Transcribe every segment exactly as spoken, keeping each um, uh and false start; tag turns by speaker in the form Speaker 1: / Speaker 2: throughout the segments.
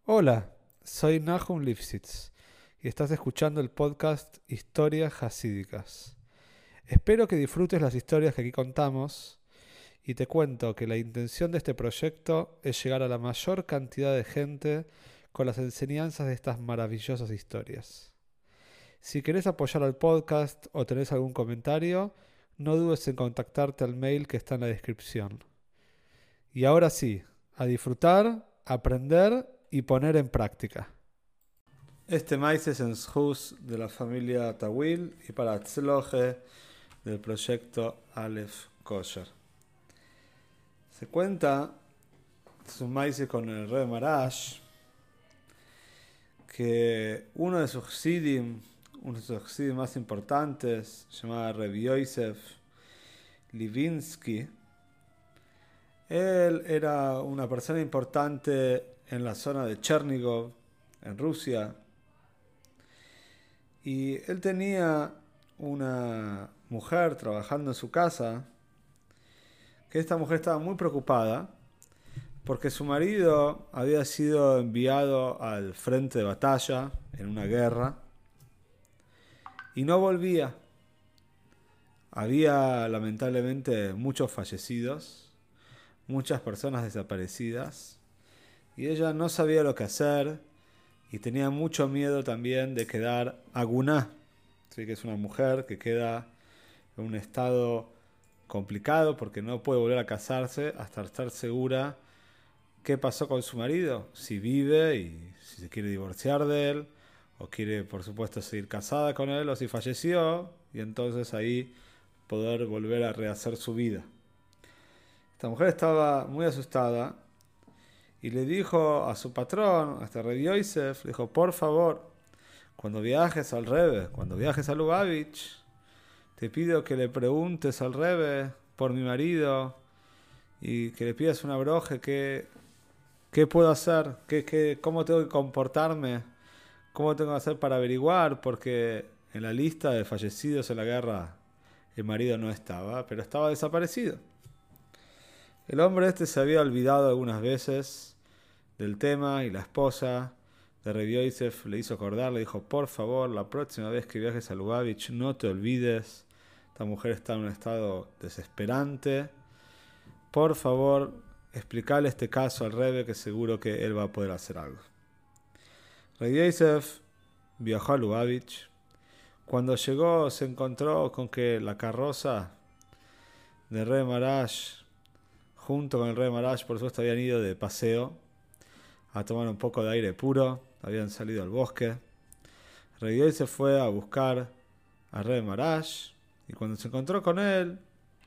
Speaker 1: Hola, soy Nahum Lifshitz y estás escuchando el podcast Historias Hasídicas. Espero que disfrutes las historias que aquí contamos y te cuento que la intención de este proyecto es llegar a la mayor cantidad de gente con las enseñanzas de estas maravillosas historias. Si querés apoyar al podcast o tenés algún comentario, no dudes en contactarte al mail que está en la descripción. Y ahora sí, a disfrutar, aprender y poner en práctica. Este maíz es en Shus de la familia Tawil y para Tzloje del proyecto Aleph Kosher. Se cuenta, es un maíz con el Rebbe Marash, que uno de sus Sidim, uno de sus Sidim más importantes, llamado Rebbe Yosef Livinsky, él era una persona importante en la zona de Chernigov, en Rusia, y él tenía una mujer trabajando en su casa, que esta mujer estaba muy preocupada porque su marido había sido enviado al frente de batalla en una guerra y no volvía. Había lamentablemente muchos fallecidos, muchas personas desaparecidas, y ella no sabía lo que hacer y tenía mucho miedo también de quedar aguná. Así que es una mujer que queda en un estado complicado porque no puede volver a casarse hasta estar segura qué pasó con su marido, si vive y si se quiere divorciar de él, o quiere por supuesto seguir casada con él, o si falleció, y entonces ahí poder volver a rehacer su vida. Esta mujer estaba muy asustada y le dijo a su patrón, a este Rebbe Yosef, le dijo, por favor, cuando viajes al Rebbe, cuando viajes a Lubavitch, te pido que le preguntes al Rebbe por mi marido y que le pidas una broje, que, qué puedo hacer, ¿Qué, qué, cómo tengo que comportarme, cómo tengo que hacer para averiguar, porque en la lista de fallecidos en la guerra el marido no estaba, pero estaba desaparecido. El hombre este se había olvidado algunas veces del tema y la esposa de Rebbe Yosef le hizo acordar, le dijo, por favor, la próxima vez que viajes a Lubavitch no te olvides. Esta mujer está en un estado desesperante. Por favor, explicarle este caso al Rebbe, que seguro que él va a poder hacer algo. Rebbe Yosef viajó a Lubavitch. Cuando llegó se encontró con que la carroza de Rebbe Marash, junto con el Rebbe Marash, por supuesto, habían ido de paseo a tomar un poco de aire puro, habían salido al bosque. Rebbe Yosef fue a buscar a Rebbe Marash y cuando se encontró con él,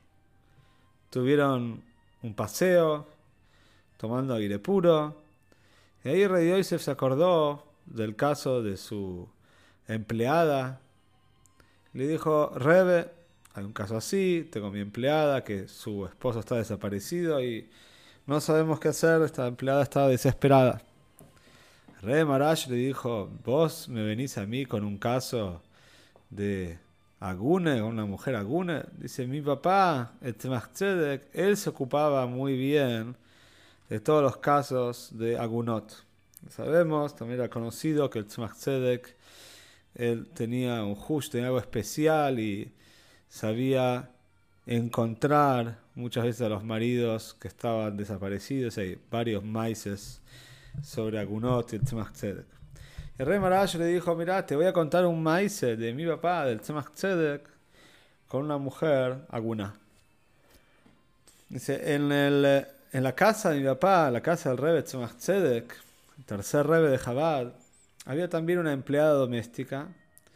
Speaker 1: tuvieron un paseo, tomando aire puro, y ahí Rebbe Yosef se acordó del caso de su empleada. Le dijo, Rebbe, hay un caso así, tengo mi empleada, que su esposo está desaparecido y no sabemos qué hacer, esta empleada está desesperada. Rebbe Marash le dijo, vos me venís a mí con un caso de Agune, una mujer Agune. Dice, mi papá, el Tzemach Tzedek, él se ocupaba muy bien de todos los casos de Agunot. Sabemos, también era conocido que el Tzemach Tzedek, él tenía un hush, tenía algo especial y sabía encontrar muchas veces a los maridos que estaban desaparecidos. Hay varios maices sobre Agunot y el Tzemach Tzedek. El rey Marash le dijo, mirá, te voy a contar un maíz de mi papá, del Tzemach Tzedek, con una mujer Aguná. Dice, en, el, en la casa de mi papá, la casa del Rebbe Tzemach Tzedek, el tercer Rebbe de Chabad, había también una empleada doméstica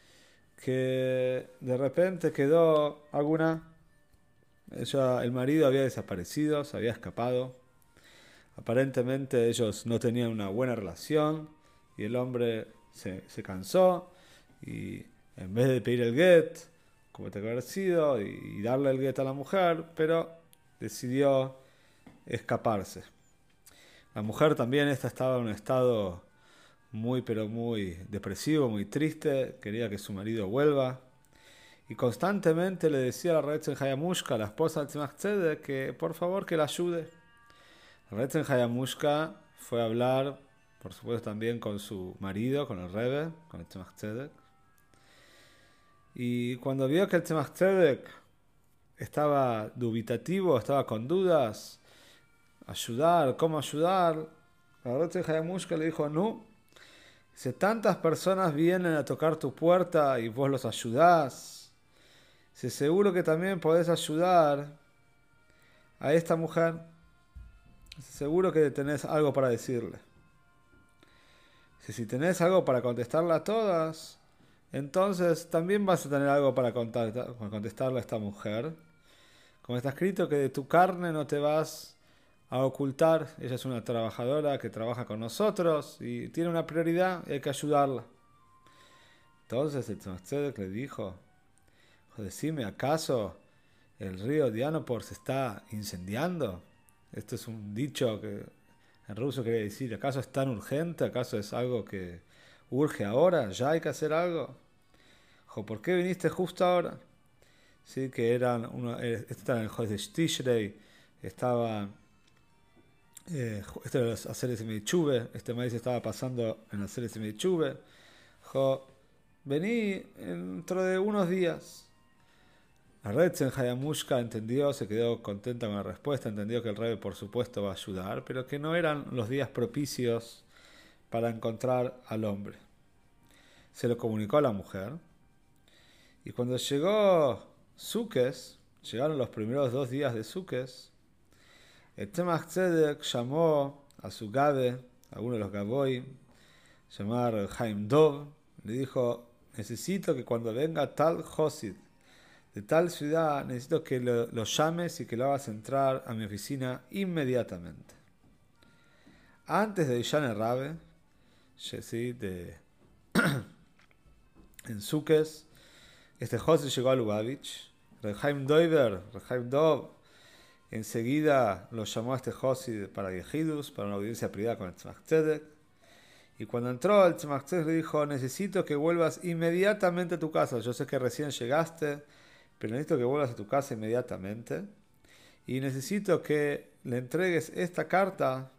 Speaker 1: que de repente quedó Aguná. Ella, el marido había desaparecido, se había escapado. Aparentemente ellos no tenían una buena relación y el hombre se, se cansó y en vez de pedir el get, como te haber sido, y, y darle el get a la mujer, pero decidió escaparse. La mujer también esta estaba en un estado muy pero muy depresivo, muy triste, quería que su marido vuelva y constantemente le decía a la Rebetzin Hayamushka, la esposa de Tzemach Tzedek, que por favor que la ayude. Rebetzin Hayamushka fue a hablar por supuesto también con su marido, con el Rebbe, con el Tzemach Tzedek. Y cuando vio que el Tzemach Tzedek estaba dubitativo, estaba con dudas, ayudar, cómo ayudar, la Rebbe Hayamushka le dijo, no, si tantas personas vienen a tocar tu puerta y vos los ayudás, si seguro que también podés ayudar a esta mujer, seguro que tenés algo para decirle. Si, si tenés algo para contestarle a todas, entonces también vas a tener algo para contestarle a esta mujer. Como está escrito que de tu carne no te vas a ocultar. Ella es una trabajadora que trabaja con nosotros y tiene una prioridad y hay que ayudarla. Entonces el Tzemach Tzedek le dijo, decime, ¿acaso el río Dianopor se está incendiando? Esto es un dicho que en ruso quiere decir, ¿acaso es tan urgente? ¿Acaso es algo que urge ahora? ¿Ya hay que hacer algo? Dijo, ¿por qué viniste justo ahora? Sí, que eran uno, este era el Chodesh Tishrei, estaba eh, este era los Aseres Meichuve, este maíz estaba pasando en los Aseres Meichuve. Dijo, vení dentro de unos días. La Rebbe Hayamushka entendió, se quedó contenta con la respuesta, entendió que el Rebbe por supuesto va a ayudar, pero que no eran los días propicios para encontrar al hombre. Se lo comunicó a la mujer, y cuando llegó Sukkot, llegaron los primeros dos días de Sukkot, el Tzemach Tzedek llamó a su Gabe, a uno de los Gaboy, llamar Haim Dov, le dijo, necesito que cuando venga tal Josid de tal ciudad, necesito que lo, lo llames y que lo hagas entrar a mi oficina inmediatamente. Antes de Yane Rabe, ¿sí? de, en Sukkot, este José llegó a Lubavitch. Rehaim Doiver, Rehaim Dov, enseguida lo llamó a este José para Yehidus, para una audiencia privada con el Tzemach Tzedek. Y cuando entró, el Tzemach Tzedek le dijo, necesito que vuelvas inmediatamente a tu casa. Yo sé que recién llegaste, pero necesito que vuelvas a tu casa inmediatamente. Y necesito que le entregues esta carta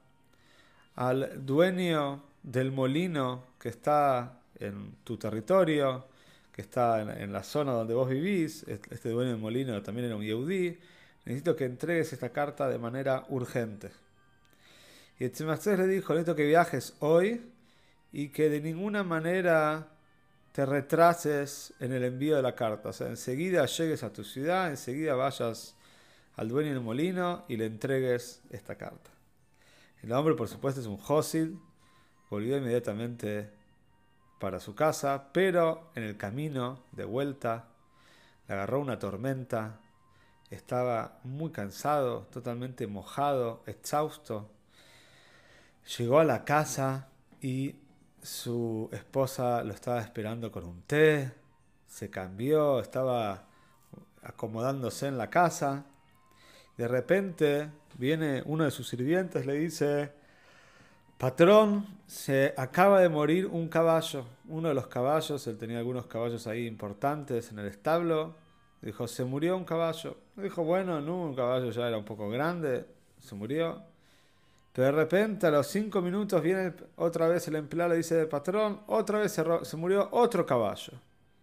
Speaker 1: al dueño del molino que está en tu territorio, que está en, en la zona donde vos vivís. Este dueño del molino también era un Yehudí. Necesito que entregues esta carta de manera urgente. Y el Tzemach Tzedek le dijo, necesito que viajes hoy y que de ninguna manera te retrases en el envío de la carta. O sea, enseguida llegues a tu ciudad, enseguida vayas al dueño del molino y le entregues esta carta. El hombre, por supuesto, es un Josid, volvió inmediatamente para su casa, pero en el camino de vuelta le agarró una tormenta, estaba muy cansado, totalmente mojado, exhausto. Llegó a la casa y su esposa lo estaba esperando con un té, se cambió, estaba acomodándose en la casa. De repente viene uno de sus sirvientes, le dice, patrón, se acaba de morir un caballo. Uno de los caballos, él tenía algunos caballos ahí importantes en el establo, dijo, se murió un caballo. Dijo, bueno, no, un caballo ya era un poco grande, se murió. Pero de repente a los cinco minutos viene otra vez el empleado, le dice, patrón, otra vez se, se murió otro caballo.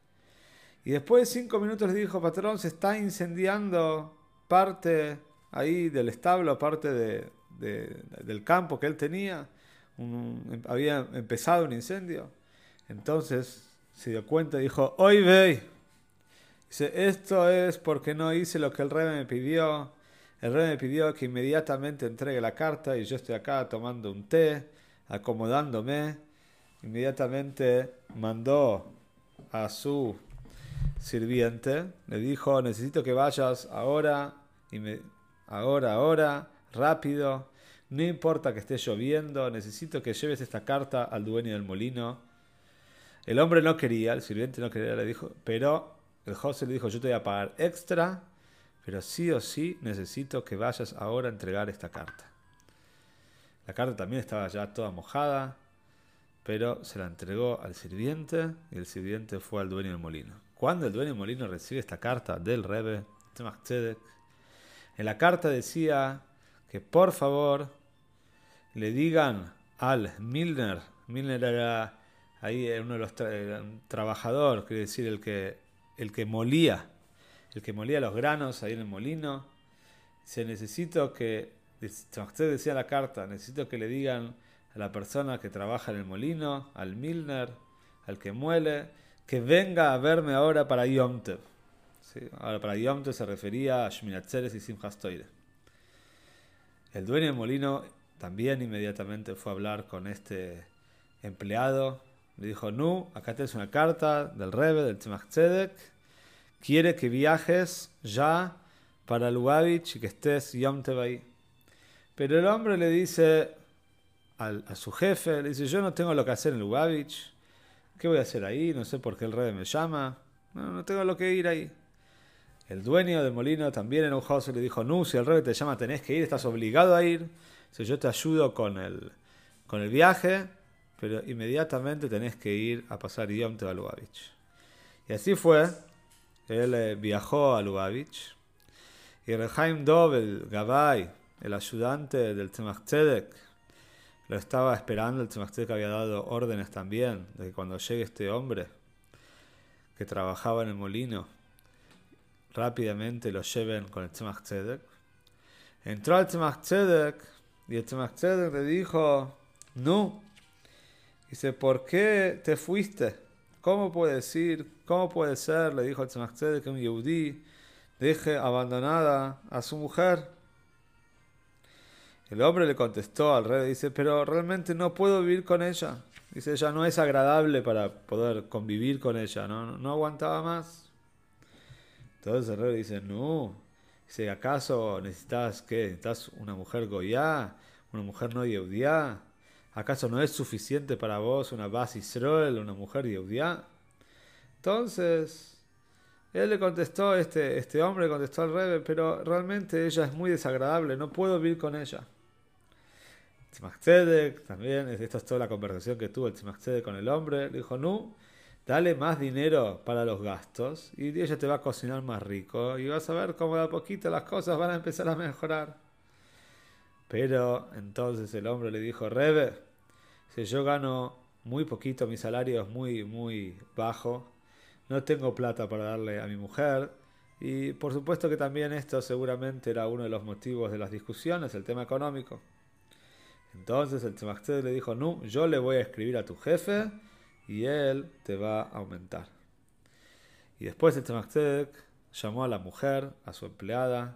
Speaker 1: Y después de cinco minutos le dijo, patrón, se está incendiando parte ahí del establo, parte de, de, del campo que él tenía. Un, había empezado un incendio. Entonces se dio cuenta y dijo, hoy ve. Dice, esto es porque no hice lo que el rey me pidió. El rey me pidió que inmediatamente entregue la carta y yo estoy acá tomando un té, acomodándome. Inmediatamente mandó a su sirviente, le dijo, necesito que vayas ahora, y me, ahora, ahora, rápido, no importa que esté lloviendo, necesito que lleves esta carta al dueño del molino. El hombre no quería, el sirviente no quería, le dijo, pero el José le dijo, yo te voy a pagar extra, pero sí o sí necesito que vayas ahora a entregar esta carta. La carta también estaba ya toda mojada, pero se la entregó al sirviente y el sirviente fue al dueño del molino. Cuando el dueño del molino recibe esta carta del Rebbe, Tzemach Tzedek, en la carta decía que por favor le digan al Milner. Milner era ahí uno de los tra trabajadores, quiere decir el que, el que molía, el que molía los granos ahí en el molino. Se necesito que, usted decía en la carta, necesito que le digan a la persona que trabaja en el molino, al Milner, al que muele, que venga a verme ahora para Yom Tov. ¿Sí? Ahora para Yom Tov se refería a Shmini Atzeres y Simchas Torah. El dueño del molino también inmediatamente fue a hablar con este empleado. Le dijo, no, acá tienes una carta del Rebbe, del Tzemach Tzedek. Quiere que viajes ya para Lubavitch y que estés Yom Tov ahí. Pero el hombre le dice al, a su jefe, le dice, yo no tengo lo que hacer en Lubavitch. ¿Qué voy a hacer ahí? No sé por qué el Rebbe me llama. No, no tengo lo que ir ahí. El dueño del molino también enojoso le dijo, no, si el Rebbe te llama tenés que ir, estás obligado a ir. Si yo te ayudo con el, con el viaje, pero inmediatamente tenés que ir a pasar Yom Tov a Lubavitch. Y así fue. Él eh, viajó a Lubavitch. Y el Chaim Dov, el Gabay, el ayudante del Tzemach Tzedek, lo estaba esperando. El Tzemach Tzedek había dado órdenes también de que cuando llegue este hombre que trabajaba en el molino, rápidamente lo lleven con el Tzemach Tzedek. Entró al Tzemach Tzedek y el Tzemach Tzedek le dijo, no. Dice, ¿por qué te fuiste? ¿Cómo puede decir? ¿Cómo puede ser? Le dijo el Tzemach Tzedek que un Yehudí deje abandonada a su mujer. El hombre le contestó al rey, dice, pero realmente no puedo vivir con ella. Dice, ella no es agradable para poder convivir con ella, no, no aguantaba más. Entonces el rey dice, no. Dice, ¿acaso necesitas qué? ¿Necesitas una mujer goyá? ¿Una mujer no yehudiá? ¿Acaso no es suficiente para vos una Bas Israel, una mujer yehudiá? Entonces, él le contestó, este, este hombre le contestó al rey, pero realmente ella es muy desagradable, no puedo vivir con ella. Tzemach Tzedek, también, esta es toda la conversación que tuvo el Tzemach Tzedek con el hombre, le dijo, no, dale más dinero para los gastos y ella te va a cocinar más rico y vas a ver cómo de a poquito las cosas van a empezar a mejorar. Pero entonces el hombre le dijo, Rebbe, si yo gano muy poquito, mi salario es muy, muy bajo, no tengo plata para darle a mi mujer, y por supuesto que también esto seguramente era uno de los motivos de las discusiones, el tema económico. Entonces el Tzemach Tzedek le dijo, no, yo le voy a escribir a tu jefe y él te va a aumentar. Y después el Tzemach Tzedek llamó a la mujer, a su empleada,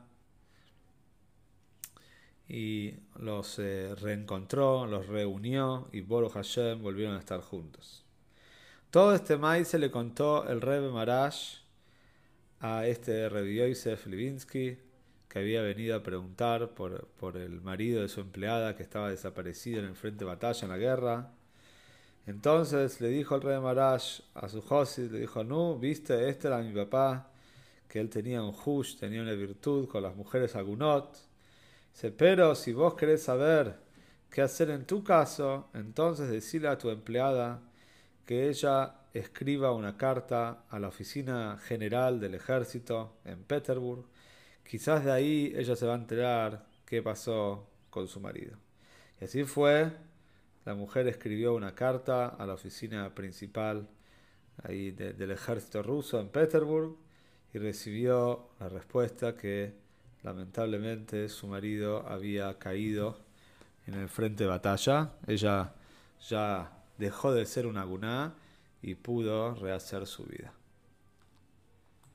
Speaker 1: y los eh, reencontró, los reunió y Baruch Hashem volvieron a estar juntos. Todo este maíz se le contó el Rebbe Marash a este Rebbe Yosef Levinsky, que había venido a preguntar por, por el marido de su empleada que estaba desaparecido en el frente de batalla en la guerra. Entonces le dijo el Rebbe Marash a su Josid, le dijo, no, viste, este era mi papá, que él tenía un hush, tenía una virtud con las mujeres agunot. Dice, pero si vos querés saber qué hacer en tu caso, entonces decile a tu empleada que ella escriba una carta a la oficina general del ejército en Petersburg. Quizás de ahí ella se va a enterar qué pasó con su marido. Y así fue. La mujer escribió una carta a la oficina principal ahí de, del ejército ruso en Petersburg y recibió la respuesta que lamentablemente su marido había caído en el frente de batalla. Ella ya dejó de ser una guná y pudo rehacer su vida.